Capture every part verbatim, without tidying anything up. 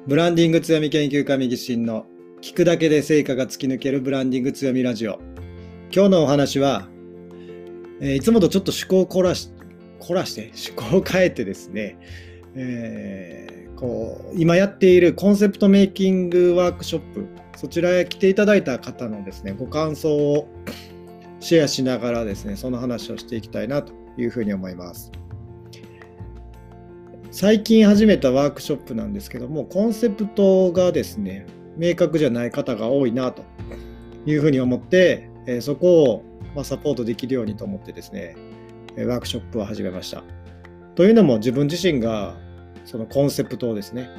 ブランディング強み研究家右進の聞くだけで成果が突き抜けるブランディング強みラジオ。今日のお話は、えー、いつもとちょっと趣向を凝らし、凝らして趣向を変えてですね、えー、こう今やっているコンセプトメイキングワークショップ、そちらへ来ていただいた方のですねご感想をシェアしながらですね、その話をしていきたいなというふうに思います。最近始めたワークショップなんですけども、コンセプトがですね明確じゃない方が多いなというふうに思って、えー、そこをまあサポートできるようにと思ってですねワークショップを始めました。というのも、自分自身がそのコンセプトをですね、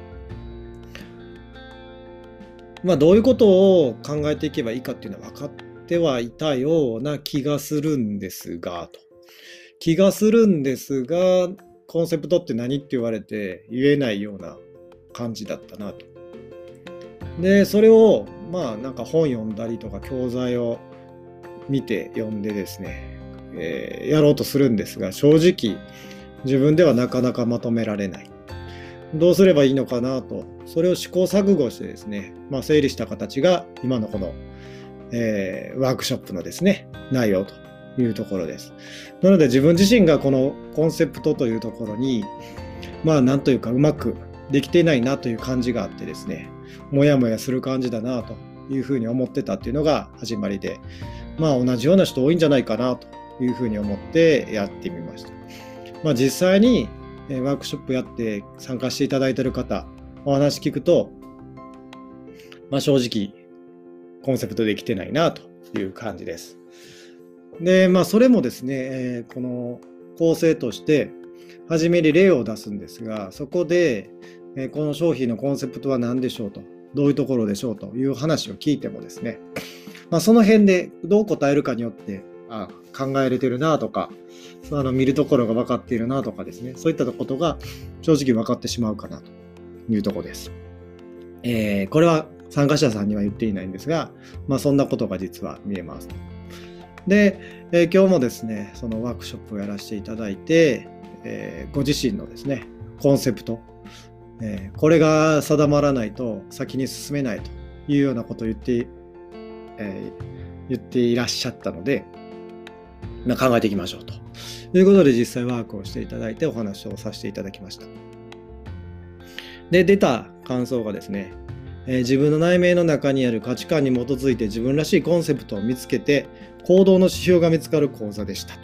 まあどういうことを考えていけばいいかっていうのは分かってはいたような気がするんですがと気がするんですがコンセプトって何って言われて言えないような感じだったなと。でそれをまあなんか本読んだりとか教材を見て読んでですね、えー、やろうとするんですが、正直自分ではなかなかまとめられない。どうすればいいのかなと、それを試行錯誤してですね、まあ、整理した形が今のこの、えー、ワークショップのですね内容というところです。なので自分自身がこのコンセプトというところにまあなんというかうまくできていないなという感じがあってですね、もやもやする感じだなというふうに思ってたっていうのが始まりで、まあ同じような人多いんじゃないかなというふうに思ってやってみました。まあ実際にワークショップやって参加していただいている方お話聞くと、まあ正直コンセプトできてないなという感じです。でまあそれもですね、えー、この構成として初めに例を出すんですが、そこで、えー、この商品のコンセプトは何でしょうと、どういうところでしょうという話を聞いてもですね、まあ、その辺でどう答えるかによってあ考えれてるなとか、あの見るところが分かっているなとかですね、そういったことが正直分かってしまうかなというところです。えー、これは参加者さんには言っていないんですが、まあ、そんなことが実は見えます。で、えー、今日もですねそのワークショップをやらせていただいて、えー、ご自身のですねコンセプト、えー、これが定まらないと先に進めないというようなことを言って、えー、言っていらっしゃったので、まあ、考えていきましょうということで実際ワークをしていただいてお話をさせていただきました。で出た感想がですね、えー、自分の内面の中にある価値観に基づいて自分らしいコンセプトを見つけて行動の指標が見つかる講座でしたと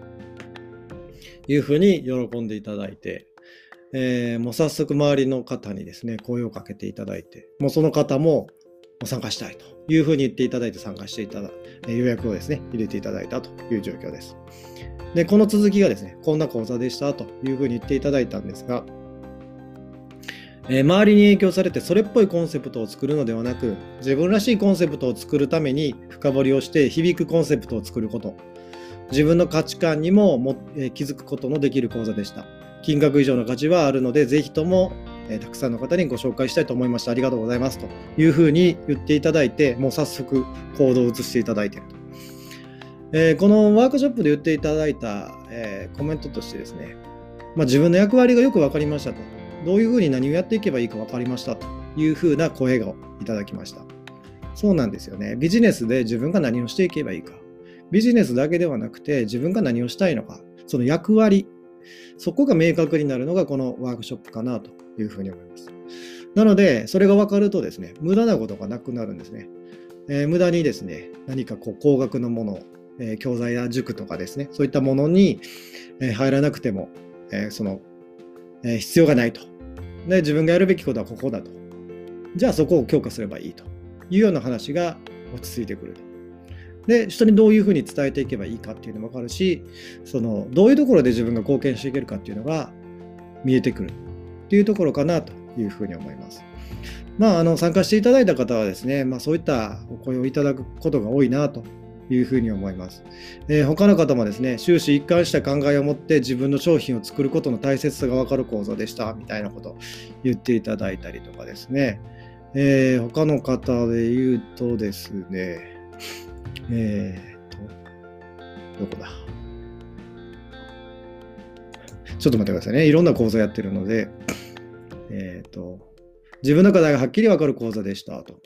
いうふうに喜んでいただいて、えー、もう早速周りの方にですね声をかけていただいて、もうその方も参加したいというふうに言っていただいて参加していただ、えー、予約をですね入れていただいたという状況です。でこの続きがですねこんな講座でしたというふうに言っていただいたんですが、えー、周りに影響されてそれっぽいコンセプトを作るのではなく、自分らしいコンセプトを作るために深掘りをして響くコンセプトを作ること、自分の価値観にもも、えー、気づくことのできる講座でした。金額以上の価値はあるので、ぜひとも、えー、たくさんの方にご紹介したいと思いました。ありがとうございますというふうに言っていただいて、もう早速行動を移していただいていると。えー、このワークショップで言っていただいた、えー、コメントとしてですね、まあ、自分の役割がよく分かりましたと、どういうふうに何をやっていけばいいか分かりましたというふうな声をいただきました。そうなんですよね。ビジネスで自分が何をしていけばいいか、ビジネスだけではなくて自分が何をしたいのか、その役割、そこが明確になるのがこのワークショップかなというふうに思います。なのでそれが分かるとですね、無駄なことがなくなるんですね。えー、無駄にですね何かこう高額のもの、えー、教材や塾とかですね、そういったものに、えー、入らなくても、えー、そのえー、必要がないと。で、自分がやるべきことはここだと。じゃあそこを強化すればいいというような話が落ち着いてくると。で、人にどういうふうに伝えていけばいいかっていうのも分かるし、そのどういうところで自分が貢献していけるかっていうのが見えてくるっていうところかなというふうに思います。まあ、あの参加していただいた方はですね、まあ、そういったお声をいただくことが多いなというふうに思います。えー、他の方もですね、終始一貫した考えを持って自分の商品を作ることの大切さが分かる講座でしたみたいなことを言っていただいたりとかですね、えー、他の方で言うとですね、えーと、どこだちょっと待ってくださいね。いろんな講座やってるので、えーと、 自分の課題がはっきり分かる講座でしたと。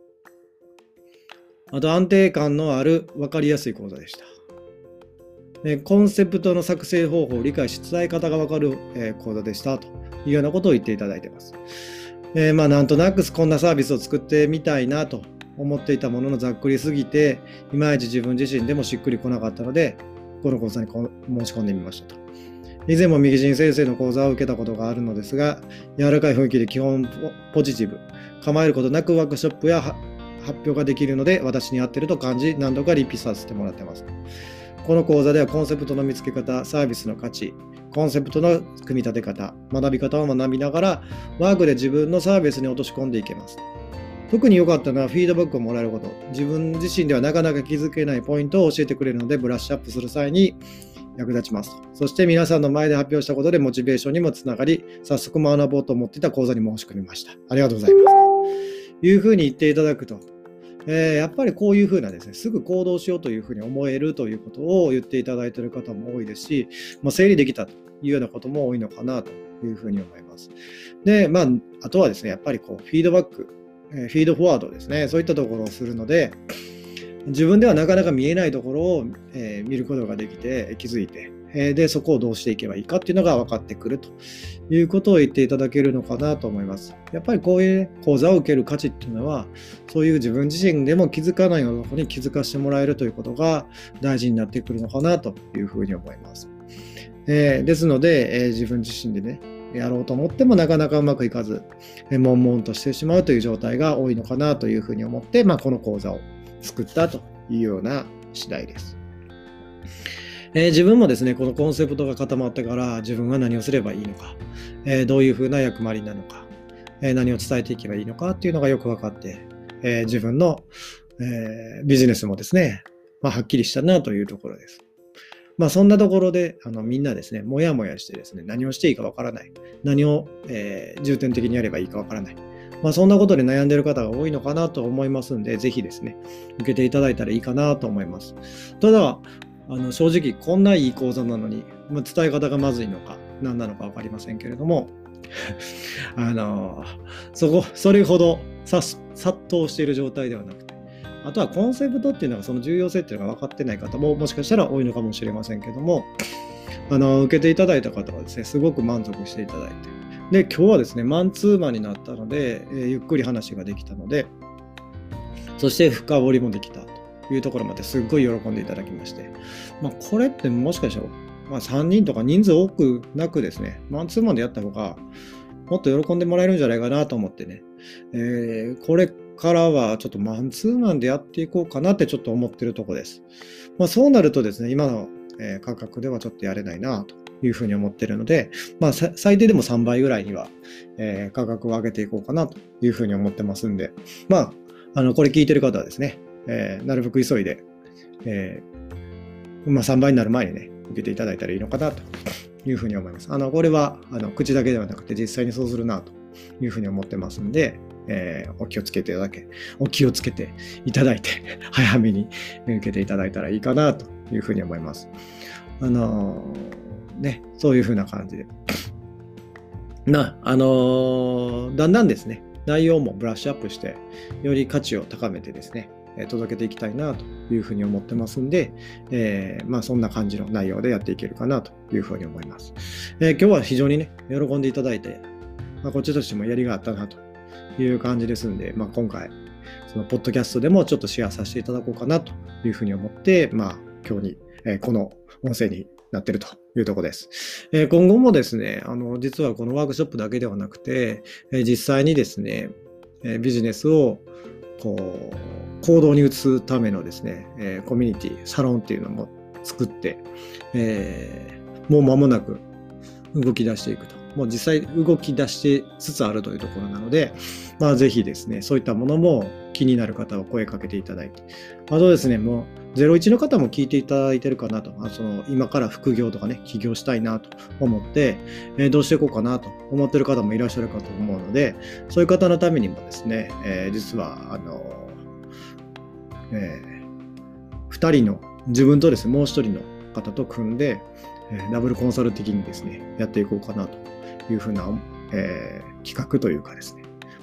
あと安定感のある分かりやすい講座でした。でコンセプトの作成方法を理解し伝え方が分かる、えー、講座でしたというようなことを言っていただいています。えー、まあなんとなくこんなサービスを作ってみたいなと思っていたもののざっくりすぎていまいち自分自身でもしっくりこなかったのでこの講座に申し込んでみましたと。以前も右陣先生の講座を受けたことがあるのですが柔らかい雰囲気で基本ポジティブ構えることなくワークショップや発表ができるので私に合っていると感じ何度かリピさせてもらってます。この講座ではコンセプトの見つけ方、サービスの価値、コンセプトの組み立て方、学び方を学びながらワークで自分のサービスに落とし込んでいけます。特に良かったのはフィードバックをもらえること。自分自身ではなかなか気づけないポイントを教えてくれるのでブラッシュアップする際に役立ちます。そして皆さんの前で発表したことでモチベーションにもつながり、早速学ぼうと思っていた講座に申し込みました。ありがとうございます。というふうに言っていただくと、えー、やっぱりこういうふうなですね、すぐ行動しようというふうに思えるということを言っていただいている方も多いですし、まあ、整理できたというようなことも多いのかなというふうに思います。で、まあ、あとはですね、やっぱりこうフィードバック、えー、フィードフォワードですね、そういったところをするので、自分ではなかなか見えないところを、えー、見ることができて気づいて、えー、でそこをどうしていけばいいかっていうのが分かってくるということを言っていただけるのかなと思います。やっぱりこういう、ね、講座を受ける価値っていうのはそういう自分自身でも気づかないようなところに気づかせてもらえるということが大事になってくるのかなというふうに思います。えー、ですので、えー、自分自身でねやろうと思ってもなかなかうまくいかず、えー、悶々としてしまうという状態が多いのかなというふうに思って、まあ、この講座を作ったというような次第です。えー、自分もですね、このコンセプトが固まってから自分は何をすればいいのか、えー、どういうふうな役割なのか、えー、何を伝えていけばいいのかっていうのがよく分かって、えー、自分の、えー、ビジネスもですね、まあ、はっきりしたなというところです。まあそんなところであのみんなですね、もやもやしてですね、何をしていいか分からない、何を、えー、重点的にやればいいか分からない。まあ、そんなことで悩んでいる方が多いのかなと思いますんで、ぜひですね、受けていただいたらいいかなと思います。ただ、あの正直こんないい講座なのに、まあ、伝え方がまずいのか何なのか分かりませんけれども、あのそこ、それほど殺到している状態ではなくて、あとはコンセプトっていうのがその重要性っていうのが分かってない方ももしかしたら多いのかもしれませんけども、あの受けていただいた方はですね、すごく満足していただいて、で今日はですねマンツーマンになったので、えー、ゆっくり話ができたので、そして深掘りもできたというところまですっごい喜んでいただきまして、まあ、これってもしかしたら、まあ、さんにんとか人数多くなくですねマンツーマンでやった方がもっと喜んでもらえるんじゃないかなと思ってね、えー、これからはちょっとマンツーマンでやっていこうかなってちょっと思ってるところです。まあ、そうなるとですね今の、えー、価格ではちょっとやれないなというふうに思っているので、まあ、最低でもさんばいぐらいには、えー、価格を上げていこうかなというふうに思ってますんで、まあ、あのこれ聞いてる方はですね、えー、なるべく急いで、えーまあ、さんばいになる前にね受けていただいたらいいのかなというふうに思います。あのこれはあの口だけではなくて実際にそうするなというふうに思ってますんで、えー、お気をつけていただけお気をつけていただいて早めに受けていただいたらいいかなというふうに思います。あのーね、そういう風な感じで。な、あのー、だんだんですね、内容もブラッシュアップして、より価値を高めてですね、届けていきたいなというふうに思ってますんで、えー、まあそんな感じの内容でやっていけるかなというふうに思います。えー、今日は非常にね、喜んでいただいて、まあ、こっちとしてもやりがあったなという感じですんで、まあ今回、そのポッドキャストでもちょっとシェアさせていただこうかなというふうに思って、まあ今日に、えー、この音声になっているというところです。えー、今後もですね、あの、実はこのワークショップだけではなくて、えー、実際にですね、えー、ビジネスをこう、行動に移すためのですね、えー、コミュニティ、サロンっていうのも作って、えー、もう間もなく動き出していくと。もう実際動き出しつつあるというところなので、まあぜひですね、そういったものも気になる方は声かけていただいて、あとですね、もうゼロイチの方も聞いていただいてるかなと、あその今から副業とかね、起業したいなと思って、えー、どうしていこうかなと思ってる方もいらっしゃるかと思うので、そういう方のためにもですね、えー、実は、あの、えー、ふたりの、自分とですね、もうひとりの方と組んで、えー、ダブルコンサル的にですね、やっていこうかなというふうな、えー、企画というかですね、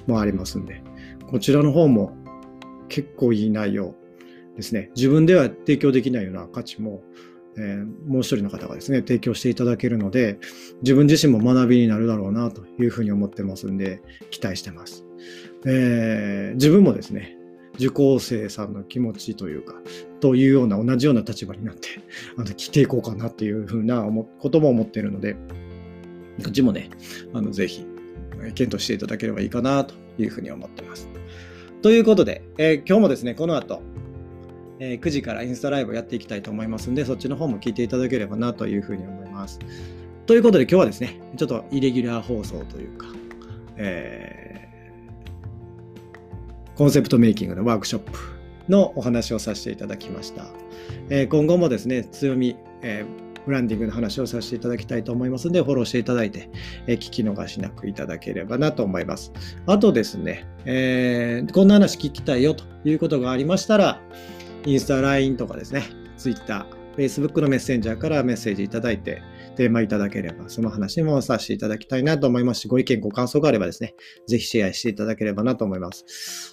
もありますんで、こちらの方も結構いい内容ですね。自分では提供できないような価値も、えー、もう一人の方がですね、提供していただけるので、自分自身も学びになるだろうなというふうに思ってますんで、期待してます。えー、自分もですね、受講生さんの気持ちというか、というような同じような立場になって、あの、来ていこうかなっていうふうなことも思っているので、こっちもね、あの、ぜひ、検討していただければいいかなというふうに思ってます。ということで、えー、今日もですね、この後、えー、くじからインスタライブをやっていきたいと思いますんで、そっちの方も聞いていただければなというふうに思います。ということで、今日はですね、ちょっとイレギュラー放送というか、えー、コンセプトメイキングのワークショップのお話をさせていただきました。えー、今後もですね、強み、えーブランディングの話をさせていただきたいと思いますので、フォローしていただいて、えー、聞き逃しなくいただければなと思います。あとですね、えー、こんな話聞きたいよということがありましたら、インスタ、ライン とかですね、Twitter、Facebook のメッセンジャーからメッセージいただいて、テーマいただければ、その話もさせていただきたいなと思いますし、ご意見、ご感想があればですね、ぜひシェアしていただければなと思います。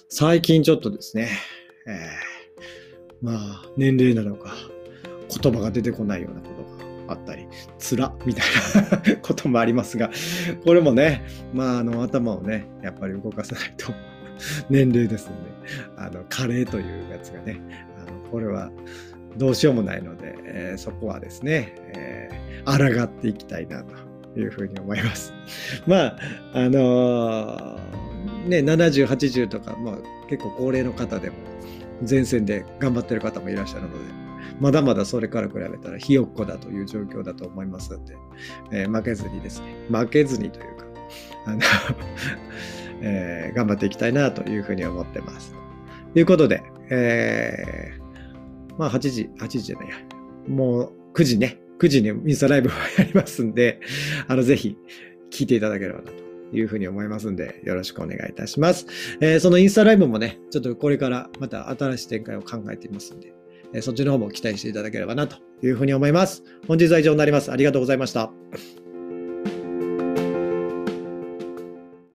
最近ちょっとですね、えー、まあ、年齢なのか、言葉が出てこないようなことがあったり、つらみたいなこともありますが、これもね、まあ、あの、頭をね、やっぱり動かさないと、年齢ですので、あの、加齢というやつがね、あの、これはどうしようもないので、えー、そこはですね、えー、抗っていきたいなというふうに思います。まあ、あのー、ね、ななじゅう、はちじゅうとか、まあ、結構高齢の方でも、前線で頑張ってる方もいらっしゃるので、まだまだそれから比べたらひよっこだという状況だと思いますので、えー、負けずにですね、負けずにというか、あの、えー、頑張っていきたいなというふうに思ってます。ということで、えー、まあはちじ、はちじじゃないや、もうくじね、くじにインスタライブをやりますんで、あの、ぜひ聞いていただければなというふうに思いますんで、よろしくお願いいたします。えー、そのインスタライブもね、ちょっとこれからまた新しい展開を考えていますんで、そっちの方も期待していただければなというふうに思います。本日は以上になります。ありがとうございました。